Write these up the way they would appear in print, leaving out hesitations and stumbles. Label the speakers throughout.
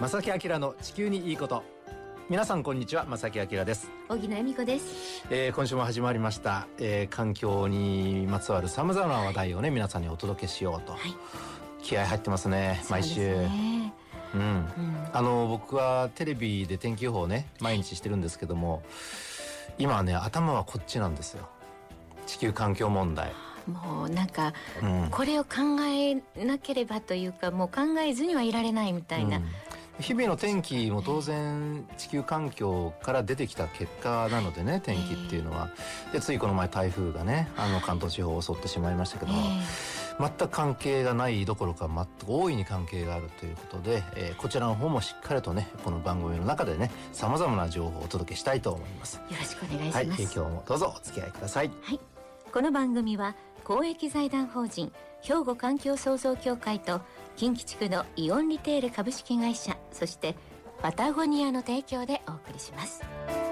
Speaker 1: 正木明の地球にいいこと。皆さんこんにちは、正木明です。
Speaker 2: 小木野恵美子です。
Speaker 1: 今週も始まりました、環境にまつわるさまざまな話題をね、皆さんにお届けしようと、はい、気合入ってますね、毎週。僕はテレビで天気予報をね毎日してるんですけども、今はね頭はこっちなんですよ。地球環境問題。
Speaker 2: もうなんか、これを考えなければというか、もう考えずにはいられないみたいな、
Speaker 1: 日々の天気も当然地球環境から出てきた結果なのでね、天気っていうのは。でついこの前台風がね関東地方を襲ってしまいましたけども、全く関係がないどころか全く大いに関係があるということで、こちらの方もしっかりとねこの番組の中でねさまざまな情報をお届けしたいと思います。
Speaker 2: よろしくお願いします。
Speaker 1: 今日もどうぞお付き合いください。
Speaker 2: はい、この番組は公益財団法人兵庫環境創造協会と近畿地区のイオンリテール株式会社、そしてパタゴニアの提供でお送りします。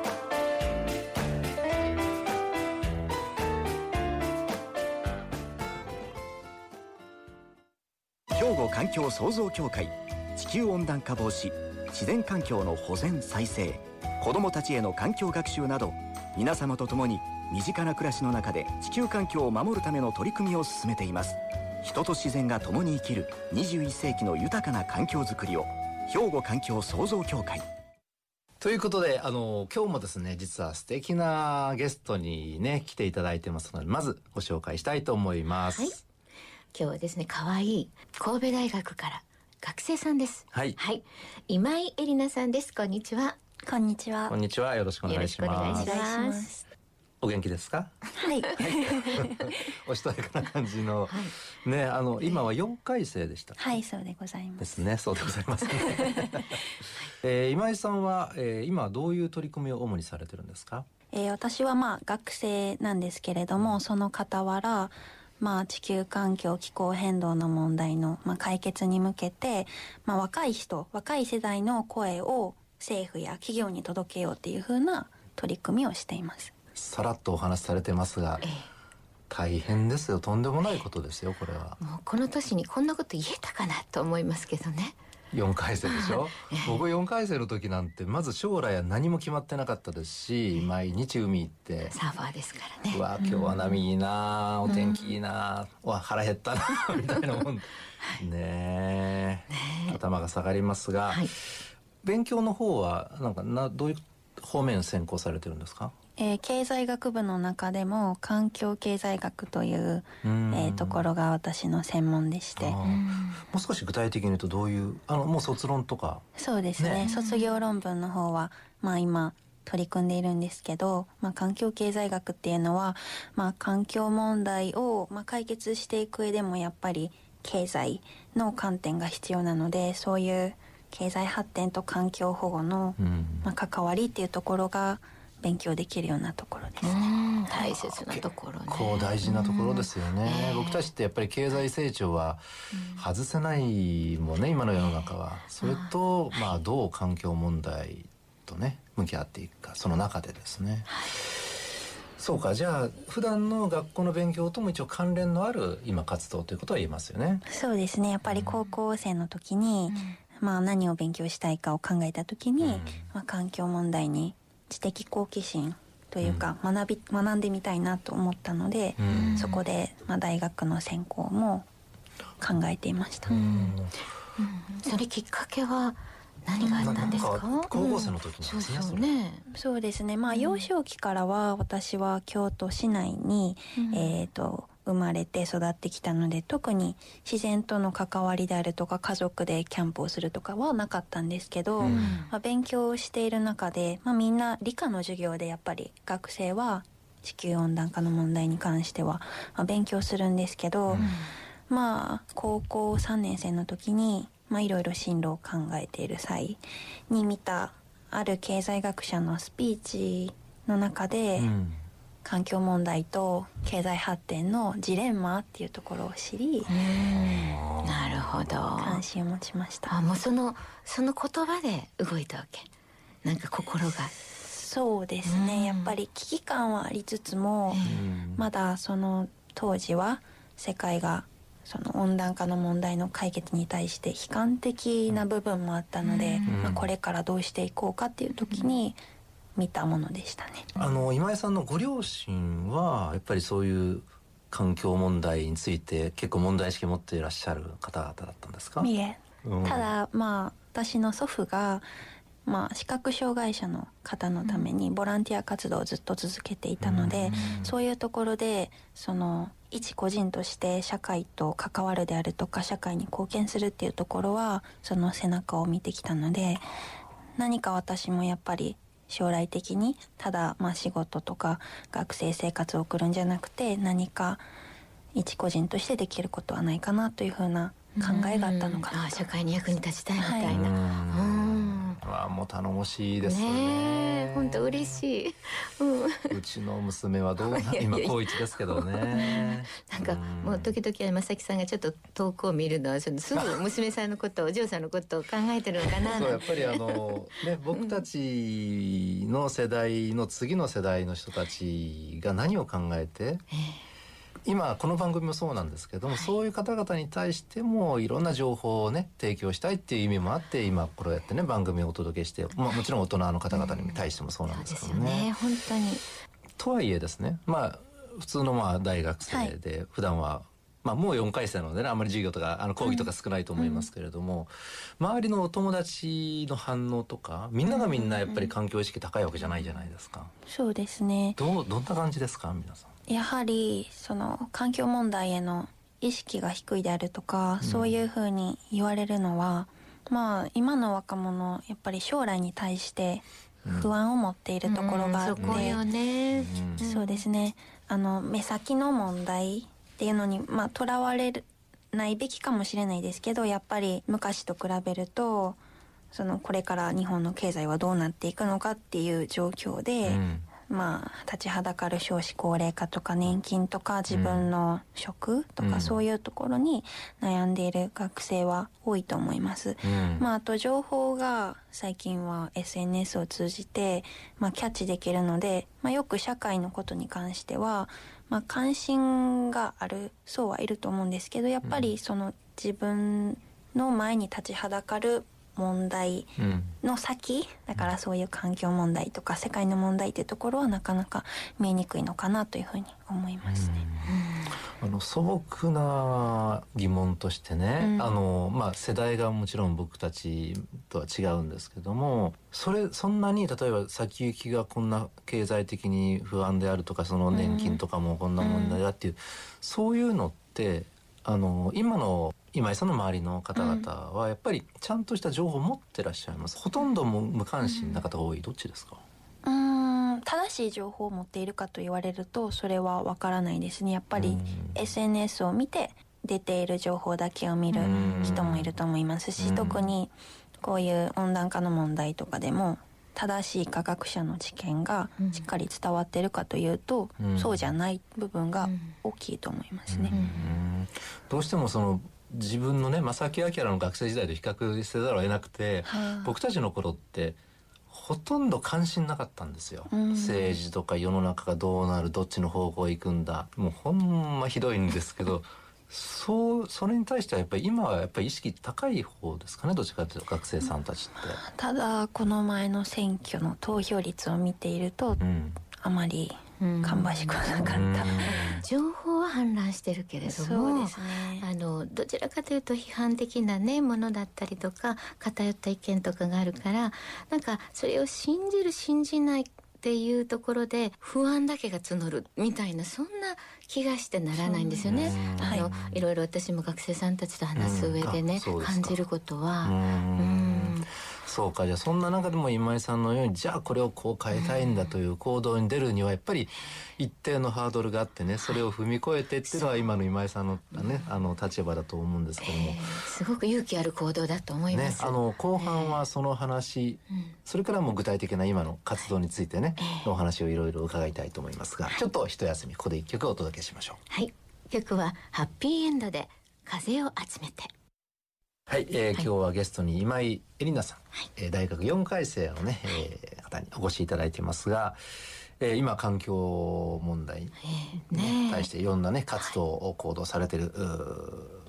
Speaker 3: 兵庫環境創造協会、地球温暖化防止、自然環境の保全再生、子どもたちへの環境学習など、皆様と共に身近な暮らしの中で地球環境を守るための取り組みを進めています。人と自然が共に生きる21世紀の豊かな環境づくりを、兵庫環境創造協会。
Speaker 1: ということで今日もですね実は素敵なゲストにね来ていただいてますので、まずご紹介したいと思います。
Speaker 2: はい、今日はですね可愛い神戸大学から学生さんです。はい、はい、今井絵里奈さんです。こんにちは。
Speaker 4: こんにちは。
Speaker 1: こんにちは。よろしくお願いします。
Speaker 2: よろしくお願いします。
Speaker 1: お元気ですか？
Speaker 4: はい。
Speaker 1: おしとやかな感じの、ね、今は4回生でした。
Speaker 4: はい、そうでございます。
Speaker 1: ですね、そうでございますね。今井さんは、今どういう取り組みを主にされてるんですか？
Speaker 4: 私は学生なんですけれども、その傍ら、地球環境気候変動の問題の、解決に向けて、若い世代の声を政府や企業に届けようっていう風な取り組みをしています。
Speaker 1: さらっとお話しされてますが、大変ですよ。とんでもないことですよ、これは。
Speaker 2: もうこの年にこんなこと言えたかなと思いますけどね。
Speaker 1: 4回生でしょ僕4回生の時なんてまず将来は何も決まってなかったですし、毎日海行って
Speaker 2: サーファーですからね。
Speaker 1: うわ今日は波いいな、お天気いいな、わ腹減ったなみたいなもんねえ、頭が下がりますが、勉強の方はどういう方面専攻されてるんですか？
Speaker 4: 経済学部の中でも環境経済学という、ところが私の専門でして、
Speaker 1: もう少し具体的に言うとどういうもう卒論とか。
Speaker 4: そうですね、卒業論文の方は今取り組んでいるんですけど、環境経済学っていうのは、環境問題を、解決していく上でもやっぱり経済の観点が必要なので、そういう経済発展と環境保護の、関わりっていうところが勉強できるようなところですね。
Speaker 2: 大切なところね。
Speaker 1: 結構大事なところですよね。僕たちってやっぱり経済成長は外せないもんね、今の世の中は。それとどう環境問題とね向き合っていくか、その中でですね。そうか、じゃあ普段の学校の勉強とも一応関連のある今活動ということは言えますよね。
Speaker 4: そうですね、やっぱり高校生の時に、何を勉強したいかを考えた時に、環境問題に知的好奇心というか、学んでみたいなと思ったので、そこで、大学の専攻も考えていました。
Speaker 2: それきっかけは何があったんですか？
Speaker 1: 高校生の時なんですね。
Speaker 4: そうですね、幼少期からは私は京都市内に、生まれて育ってきたので、特に自然との関わりであるとか家族でキャンプをするとかはなかったんですけど、勉強をしている中で、みんな理科の授業でやっぱり学生は地球温暖化の問題に関しては、勉強するんですけど、高校3年生の時に、いろいろ進路を考えている際に見たある経済学者のスピーチの中で、環境問題と経済発展のジレンマっていうところを知り、
Speaker 2: なるほど、
Speaker 4: 関心を持ちました。
Speaker 2: もうその言葉で動いたわけ。なんか心が。
Speaker 4: そうですね、やっぱり危機感はありつつも、まだその当時は世界がその温暖化の問題の解決に対して悲観的な部分もあったので、これからどうしていこうかっていう時に見たものでしたね。
Speaker 1: 今井さんのご両親はやっぱりそういう環境問題について結構問題意識を持っていらっしゃる方々だったんですか？
Speaker 4: いえ、ただ私の祖父が視覚障害者の方のためにボランティア活動をずっと続けていたので、そういうところでその一個人として社会と関わるであるとか社会に貢献するっていうところはその背中を見てきたので、何か私もやっぱり将来的にただ仕事とか学生生活を送るんじゃなくて、何か一個人としてできることはないかなというふうな考えがあったのかなと。
Speaker 2: 社会に役に立ちたいみたいな。
Speaker 1: もう頼もしいですね。
Speaker 2: 本当嬉しい。
Speaker 1: うちの娘はどうな今高1ですけどね。
Speaker 2: なんかもう時々正木さんがちょっと遠くを見るのはすぐ娘さんのことお嬢さんのことを考えてるのかな。
Speaker 1: そうやっぱり僕たちの世代の次の世代の人たちが何を考えて、今この番組もそうなんですけども、そういう方々に対してもいろんな情報をね提供したいっていう意味もあって今これやってね番組をお届けして、もちろん大人の方々に対してもそうなんですけどね。
Speaker 2: そうですよね、本当に。
Speaker 1: とはいえですね、普通の大学生で、普段はもう4回生なのでね、あんまり授業とか講義とか少ないと思いますけれども、周りのお友達の反応とかみんながみんなやっぱり環境意識高いわけじゃないじゃないですか。
Speaker 4: そうですね。
Speaker 1: どんな感じですか皆さん？
Speaker 4: やはりその環境問題への意識が低いであるとか、そういうふうに言われるのは、今の若者やっぱり将来に対して不安を持っているところがあって、
Speaker 2: そこよね。
Speaker 4: そうですね。目先の問題っていうのにとらわれないべきかもしれないですけど、やっぱり昔と比べるとこれから日本の経済はどうなっていくのかっていう状況で、立ちはだかる少子高齢化とか年金とか自分の職とか、そういうところに悩んでいる学生は多いと思います。あと情報が最近は SNS を通じて、キャッチできるので、よく社会のことに関しては、関心がある層はいると思うんですけど、やっぱり自分の前に立ちはだかる問題の先、だからそういう環境問題とか世界の問題っていうところはなかなか見えにくいのかなというふうに思いますね。
Speaker 1: 素朴な疑問としてね、世代がもちろん僕たちとは違うんですけども、そんなに例えば先行きがこんな経済的に不安であるとか、その年金とかもこんな問題だっていう、そういうのって今の今井さんの周りの方々はやっぱりちゃんとした情報を持ってらっしゃいます？ほとんども無関心な方が多い？どっちですか？
Speaker 4: 正しい情報を持っているかと言われるとそれはわからないですね。やっぱり SNS を見て出ている情報だけを見る人もいると思いますし、特にこういう温暖化の問題とかでも正しい科学者の知見がしっかり伝わっているかというと、そうじゃない部分が大きいと思いますね。
Speaker 1: どうしても自分のね正木明の学生時代と比較せざるを得なくて、僕たちの頃ってほとんど関心なかったんですよ。政治とか世の中がどうなる、どっちの方向へ行くんだ、もうほんまひどいんですけどそれに対してはやっぱり今はやっぱり意識高い方ですかね、どっちかというと学生さんたちって。
Speaker 4: ただこの前の選挙の投票率を見ていると、あまり芳しくはなかった。
Speaker 2: 情報は氾濫してるけれども、
Speaker 4: そうですね、
Speaker 2: どちらかというと批判的なものだったりとか偏った意見とかがあるから、なんかそれを信じる信じないっていうところで不安だけが募るみたいな、そんな気がしてならないんですよね。いろいろ私も学生さんたちと話す上でね、感じることは
Speaker 1: そうか。じゃあそんな中でも今井さんのように、じゃあこれをこう変えたいんだという行動に出るにはやっぱり一定のハードルがあってね、それを踏み越えてっていうのは今の今井さんのね立場だと思うんですけども、
Speaker 2: すごく勇気ある行動だと思います。
Speaker 1: 後半はその話、それからも具体的な今の活動についてね、お話をいろいろ伺いたいと思いますが、ちょっと一休み、ここで一曲お届けしましょう。
Speaker 2: はい、曲はハッピーエンドで風を集めて。
Speaker 1: はい、今日はゲストに今井絵里奈さん、大学4回生のね、方にお越しいただいていますが、今環境問題に対していろんなね活動を行動されている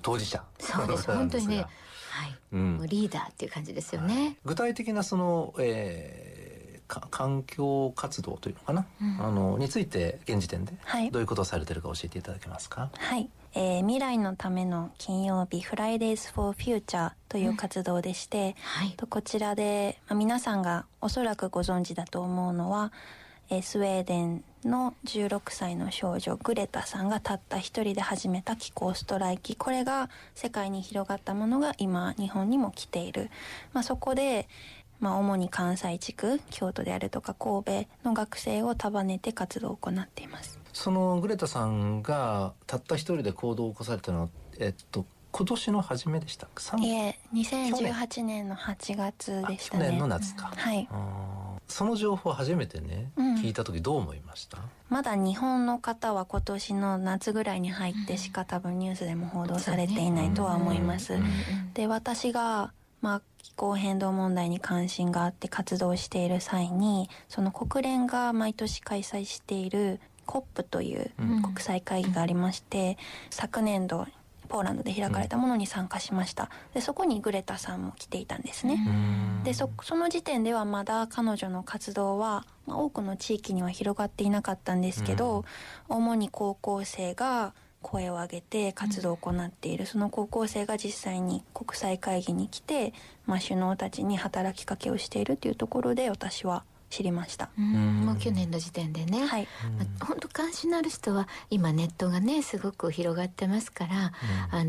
Speaker 1: 当事者
Speaker 2: そうです本当にね、はい、もうリーダーっていう感じですよね、はい、
Speaker 1: 具体的なその、環境活動というのかな、について現時点でどういうことをされているか教えていただけますか？
Speaker 4: はい、未来のための金曜日 Fridays for Future という活動でして、はい、こちらで、皆さんがおそらくご存知だと思うのは、スウェーデンの16歳の少女グレタさんがたった一人で始めた気候ストライキ、これが世界に広がったものが今日本にも来ている、そこで主に関西地区、京都であるとか神戸の学生を束ねて活動を行っています。
Speaker 1: そのグレタさんがたった一人で行動を起こされたのは、今年の初めでしたか？
Speaker 4: いえ、2018年の8月でしたね。
Speaker 1: 去年の夏か、
Speaker 4: はい。
Speaker 1: その情報を初めてね、聞いた時どう思いました？
Speaker 4: まだ日本の方は今年の夏ぐらいに入ってしか多分ニュースでも報道されていないとは思います。で、私が気候変動問題に関心があって活動している際に、その国連が毎年開催している COP という国際会議がありまして、昨年度ポーランドで開かれたものに参加しました。で、そこにグレタさんも来ていたんですね。で、その時点ではまだ彼女の活動は、多くの地域には広がっていなかったんですけど、主に高校生が声を上げて活動を行っている、その高校生が実際に国際会議に来て、首脳たちに働きかけをしているというところで私は知りました。
Speaker 2: もう去年の時点でね、はい、本当関心のある人は今ネットがねすごく広がってますから、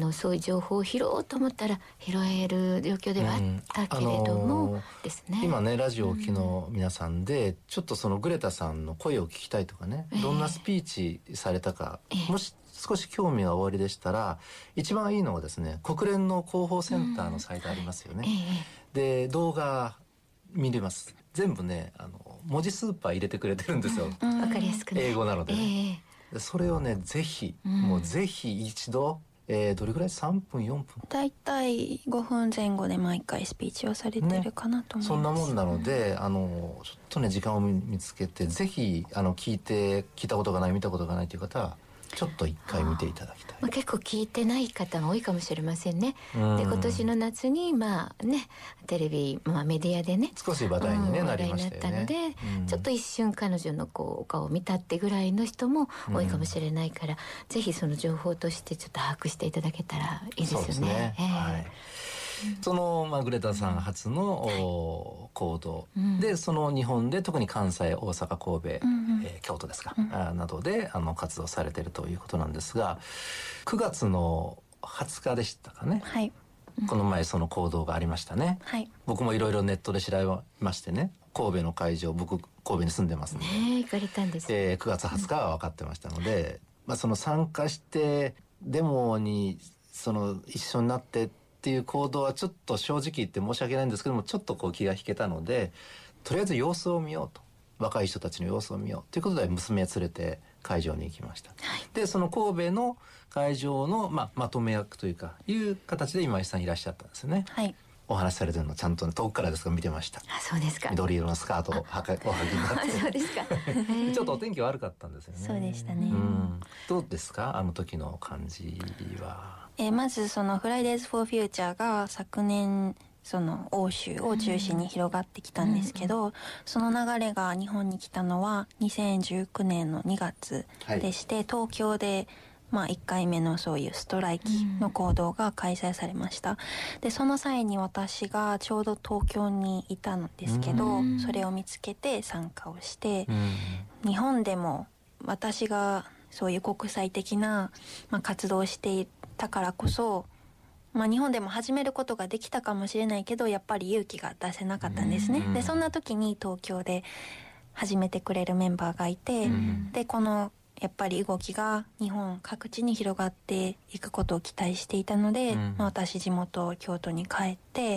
Speaker 2: そういう情報を拾おうと思ったら拾える状況ではあったけれどもですね、
Speaker 1: 今ねラジオを聴きの皆さんで、ちょっとそのグレタさんの声を聞きたいとかね、どんなスピーチされたか、もし少し興味がおありでしたら、一番いいのはですね、国連の広報センターのサイトありますよね、で動画見れます。全部ね文字スーパー入れてくれてるんですよ、
Speaker 2: わかりやすくね、
Speaker 1: 英語なので、それをねぜひ、もうぜひ一度、どれぐらい3分4分
Speaker 4: だいたい5分前後で毎回スピーチをされてるかなと思います、
Speaker 1: そんなもんなので、ちょっとね時間を見つけて、ぜひ聞いたことがない、見たことがないという方はちょっと一回見ていただきたい。
Speaker 2: 結構聞いてない方も多いかもしれませんね。で今年の夏にテレビ、メディアでね
Speaker 1: 少し話題に、なりましたよね。
Speaker 2: 話題になったので、ちょっと一瞬彼女のお顔を見たってぐらいの人も多いかもしれないから、ぜひその情報としてちょっと把握していただけたらいいですよね。そうですね、はい。
Speaker 1: その、グレタさん初の、行動で、その日本で特に関西、大阪、神戸、京都ですか、などで活動されているということなんですが、9月の20日でしたかね、はい、この前その行動がありましたね、はい、僕もいろいろネットで調べましてね、神戸の会場、僕神戸に住んでますので、
Speaker 2: 行かれたんです、
Speaker 1: 9月20日は分かってましたので、その参加してデモに一緒になってっていう行動はちょっと正直言って申し訳ないんですけども、ちょっと気が引けたので、とりあえず様子を見ようと、若い人たちの様子を見ようということで娘連れて会場に行きました、はい、でその神戸の会場の、まとめ役という形で今井さんいらっしゃったんですよね、はい、お話しされてるのちゃんと、遠くからですが見てました。
Speaker 2: そうですか。
Speaker 1: 緑色のスカートをおはぎになって
Speaker 2: そうですか
Speaker 1: ちょっとお天気悪かったんですよね。
Speaker 4: そうでしたね、
Speaker 1: どうですか、時の感じは。
Speaker 4: まずその Fridays for Future が昨年その欧州を中心に広がってきたんですけど、その流れが日本に来たのは2019年の2月でして、東京で1回目のそういうストライキの行動が開催されました。でその際に私がちょうど東京にいたんですけど、それを見つけて参加をして、日本でも私がそういう国際的な活動をしていたからこそ、日本でも始めることができたかもしれないけど、やっぱり勇気が出せなかったんですね。でそんな時に東京で始めてくれるメンバーがいて、でこのやっぱり動きが日本各地に広がっていくことを期待していたので、私地元京都に帰って、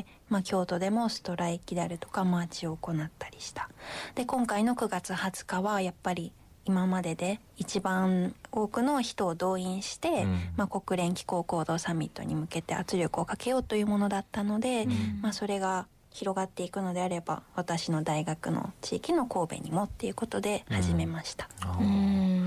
Speaker 4: 京都でもストライキであるとかマーチを行ったりした。で今回の9月20日はやっぱり今までで一番多くの人を動員して、国連気候行動サミットに向けて圧力をかけようというものだったので、それが広がっていくのであれば、私の大学の地域の神戸にもっていうことで始めました。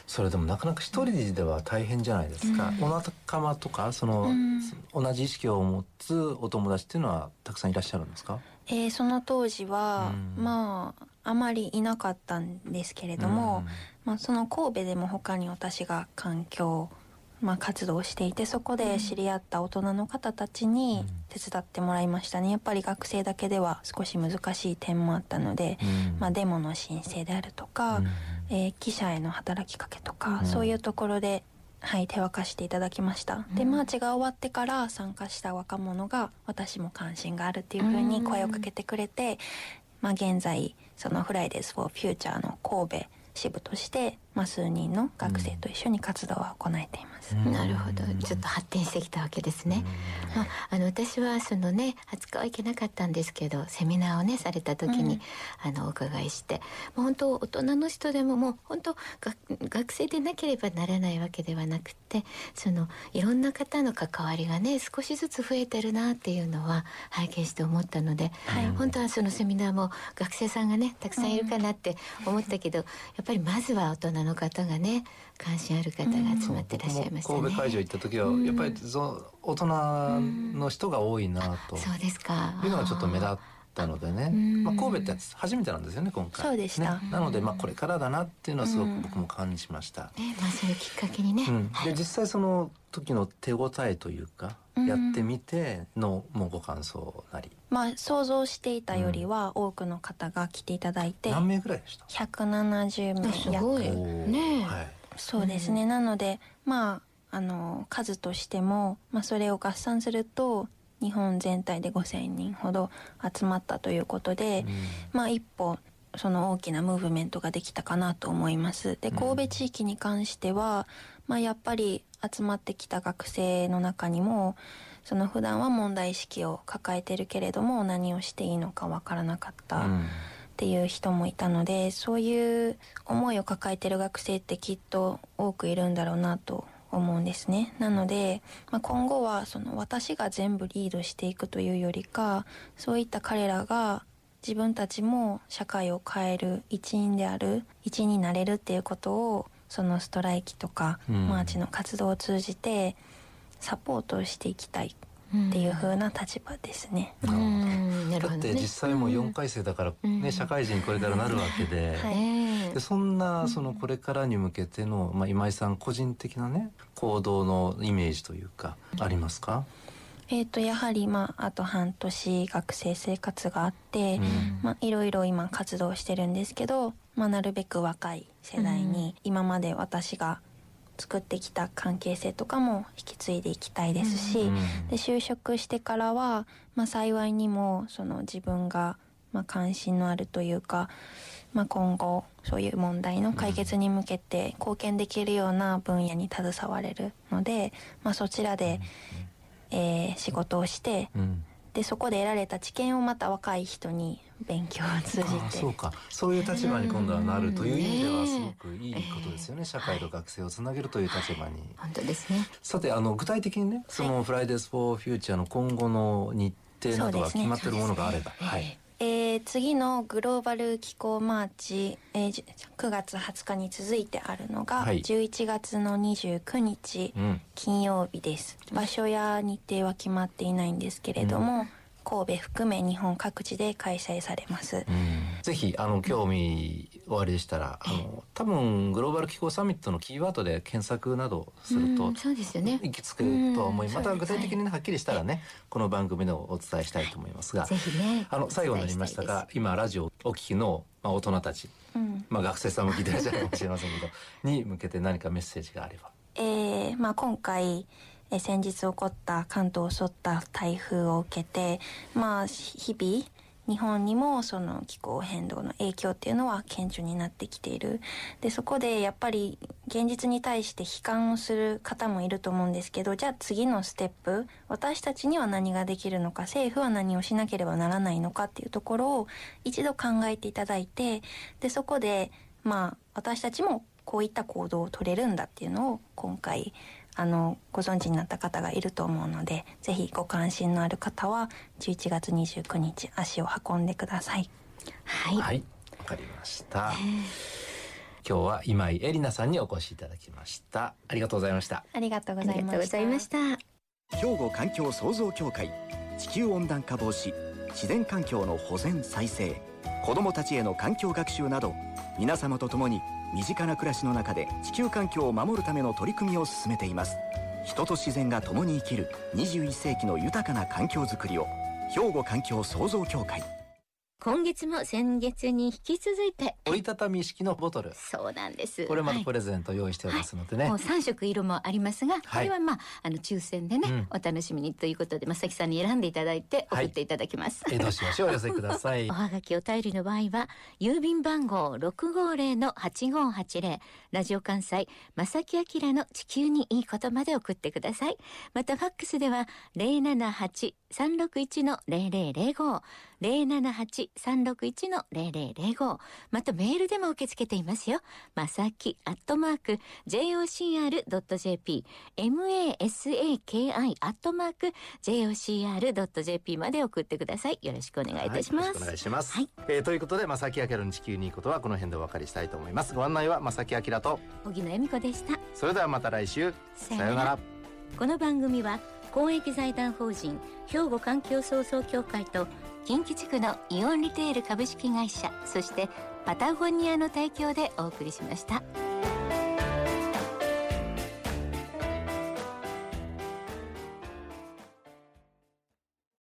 Speaker 1: それでもなかなか一人では大変じゃないですか、お仲間とか同じ意識を持つお友達っていうのはたくさんいらっしゃるんですか？
Speaker 4: その当時は、あまりいなかったんですけれども、その神戸でも他に私が環境、活動をしていて、そこで知り合った大人の方たちに手伝ってもらいましたね。やっぱり学生だけでは少し難しい点もあったので、デモの申請であるとか、記者への働きかけとか、そういうところで手を貸していただきました。でマーチが終わってから参加した若者が私も関心があるっていうふうに声をかけてくれて、現在そのフライデーズ・フォー・フューチャーの神戸支部として、数人の学生と一緒に活動を行えています。
Speaker 2: なるほど、ちょっと発展してきたわけですね。私はそのね20日は行けなかったんですけど、セミナーをねされた時に、お伺いして、もう本当大人の人でももう本当学生でなければならないわけではなくて、いろんな方の関わりがね少しずつ増えてるなっていうのは拝見して思ったので、本当はそのセミナーも学生さんがねたくさんいるかなって思ったけど、やっぱりまずは大人の方がね関心ある方が集まってらっしゃいましたね。
Speaker 1: 神戸会場行った時はやっぱり大人の人が多いなと、
Speaker 2: そうですか、
Speaker 1: いうのがちょっと目立ったのでね、神戸って初めてなんですよね今回。
Speaker 4: そうでした、
Speaker 1: なのでこれからだなっていうのはすごく僕も感じました、
Speaker 2: そういうきっかけにね、
Speaker 1: で実際その時の手応えというか、やってみてのもうご感想なり、
Speaker 4: 想像していたよりは多くの方が来ていただいて、
Speaker 1: 何名ぐらいでした
Speaker 4: ？170名
Speaker 2: すごいね、
Speaker 4: そうですね、なので数としても、それを合算すると日本全体で5000人ほど集まったということで、一歩その大きなムーブメントができたかなと思います。で神戸地域に関しては、やっぱり集まってきた学生の中にも普段は問題意識を抱えてるけれども何をしていいのかわからなかったっていう人もいたので、そういう思いを抱えてる学生ってきっと多くいるんだろうなと思うんですね。なので、今後は私が全部リードしていくというよりか、そういった彼らが自分たちも社会を変える一員になれるっていうことを、そのストライキとかマーチの活動を通じてサポートをしていきたいっていう風な立場ですね。
Speaker 1: だって実際もう4回生だからね、社会人これからなるわけで、でそんなこれからに向けての、今井さん個人的なね行動のイメージというかありますか？
Speaker 4: やはりあと半年学生生活があって、いろいろ今活動してるんですけど、なるべく若い世代に今まで私が作ってきた関係性とかも引き継いでいきたいですし、で就職してからは、幸いにも自分が関心のあるというか、今後そういう問題の解決に向けて貢献できるような分野に携われるので、そちらで仕事をして、でそこで得られた知見をまた若い人に勉強を通じて、
Speaker 1: そういう立場に今度はなるという意味ではすごくいいことですよね、社会と学生をつなげるという立場に、
Speaker 2: 本当ですね。
Speaker 1: さて具体的にね、そのフライデーズ・フォー・フューチャーの今後の日程などが決まっているものがあれば、
Speaker 4: 次のグローバル気候マーチ、9月20日に続いてあるのが、11月の29日、金曜日です。場所や日程は決まっていないんですけれども、神戸含め日本各地で開催されます。
Speaker 1: ぜひ興味おありでしたら、多分グローバル気候サミットのキーワードで検索などすると、
Speaker 2: そうですよね、
Speaker 1: 行き着くとは思います。また具体的にはっきりしたらね、この番組でお伝えしたいと思いますが、
Speaker 2: ぜひね、
Speaker 1: 最後になりましたが、今ラジオをお聞きの、大人たち、学生さんも聞いてらっしゃるかもしれませんけどに向けて何かメッセージがあれば。
Speaker 4: 今回先日起こった関東を襲った台風を受けて、日々日本にもその気候変動の影響っていうのは顕著になってきている。でそこでやっぱり現実に対して悲観をする方もいると思うんですけど、じゃあ次のステップ、私たちには何ができるのか、政府は何をしなければならないのかっていうところを一度考えていただいて、でそこで私たちもこういった行動を取れるんだっていうのを今回ご存知になった方がいると思うので、ぜひご関心のある方は11月29日足を運んでください。
Speaker 1: はい、わかりました。 今日は今井絵里奈さんにお越しいただきました。ありがとうございました。
Speaker 4: ありがとうご
Speaker 2: ありがとうございました。
Speaker 3: 兵庫環境創造協会、地球温暖化防止、自然環境の保全再生、子どもたちへの環境学習など、皆様と共に身近な暮らしの中で地球環境を守るための取り組みを進めています。人と自然が共に生きる21世紀の豊かな環境づくりを、兵庫環境創造協会。
Speaker 2: 今月も先月に引き続いて
Speaker 1: 折りたたみ式のボトル、
Speaker 2: そうなんです。
Speaker 1: これまたプレゼント用意しておりますのでね、
Speaker 2: もう3色色もありますが、これは抽選でね、お楽しみにということで正木さんに選んでいただいて送っていただきます。
Speaker 1: どしどしお寄せください。
Speaker 2: おはがきお便りの場合は郵便番号 650-8580 ラジオ関西正木明の地球にいいことまで送ってください。またファックスでは 078-361-0005 078-361-0005、またメールでも受け付けていますよ。まさき@jocr.jp、 masaki@jocr.jp まで送ってください。よろしくお願いいたします。
Speaker 1: よろしくお願いします。ということでまさきあきらの地球にいいことはこの辺でお別れしたいと思います。ご案内はまさきあきらと
Speaker 2: 荻野恵美子でした。
Speaker 1: それではまた来週、さようなら。
Speaker 2: この番組は公益財団法人兵庫環境創造協会と近畿地区のイオンリテール株式会社、そしてパタゴニアの提供でお送りしました。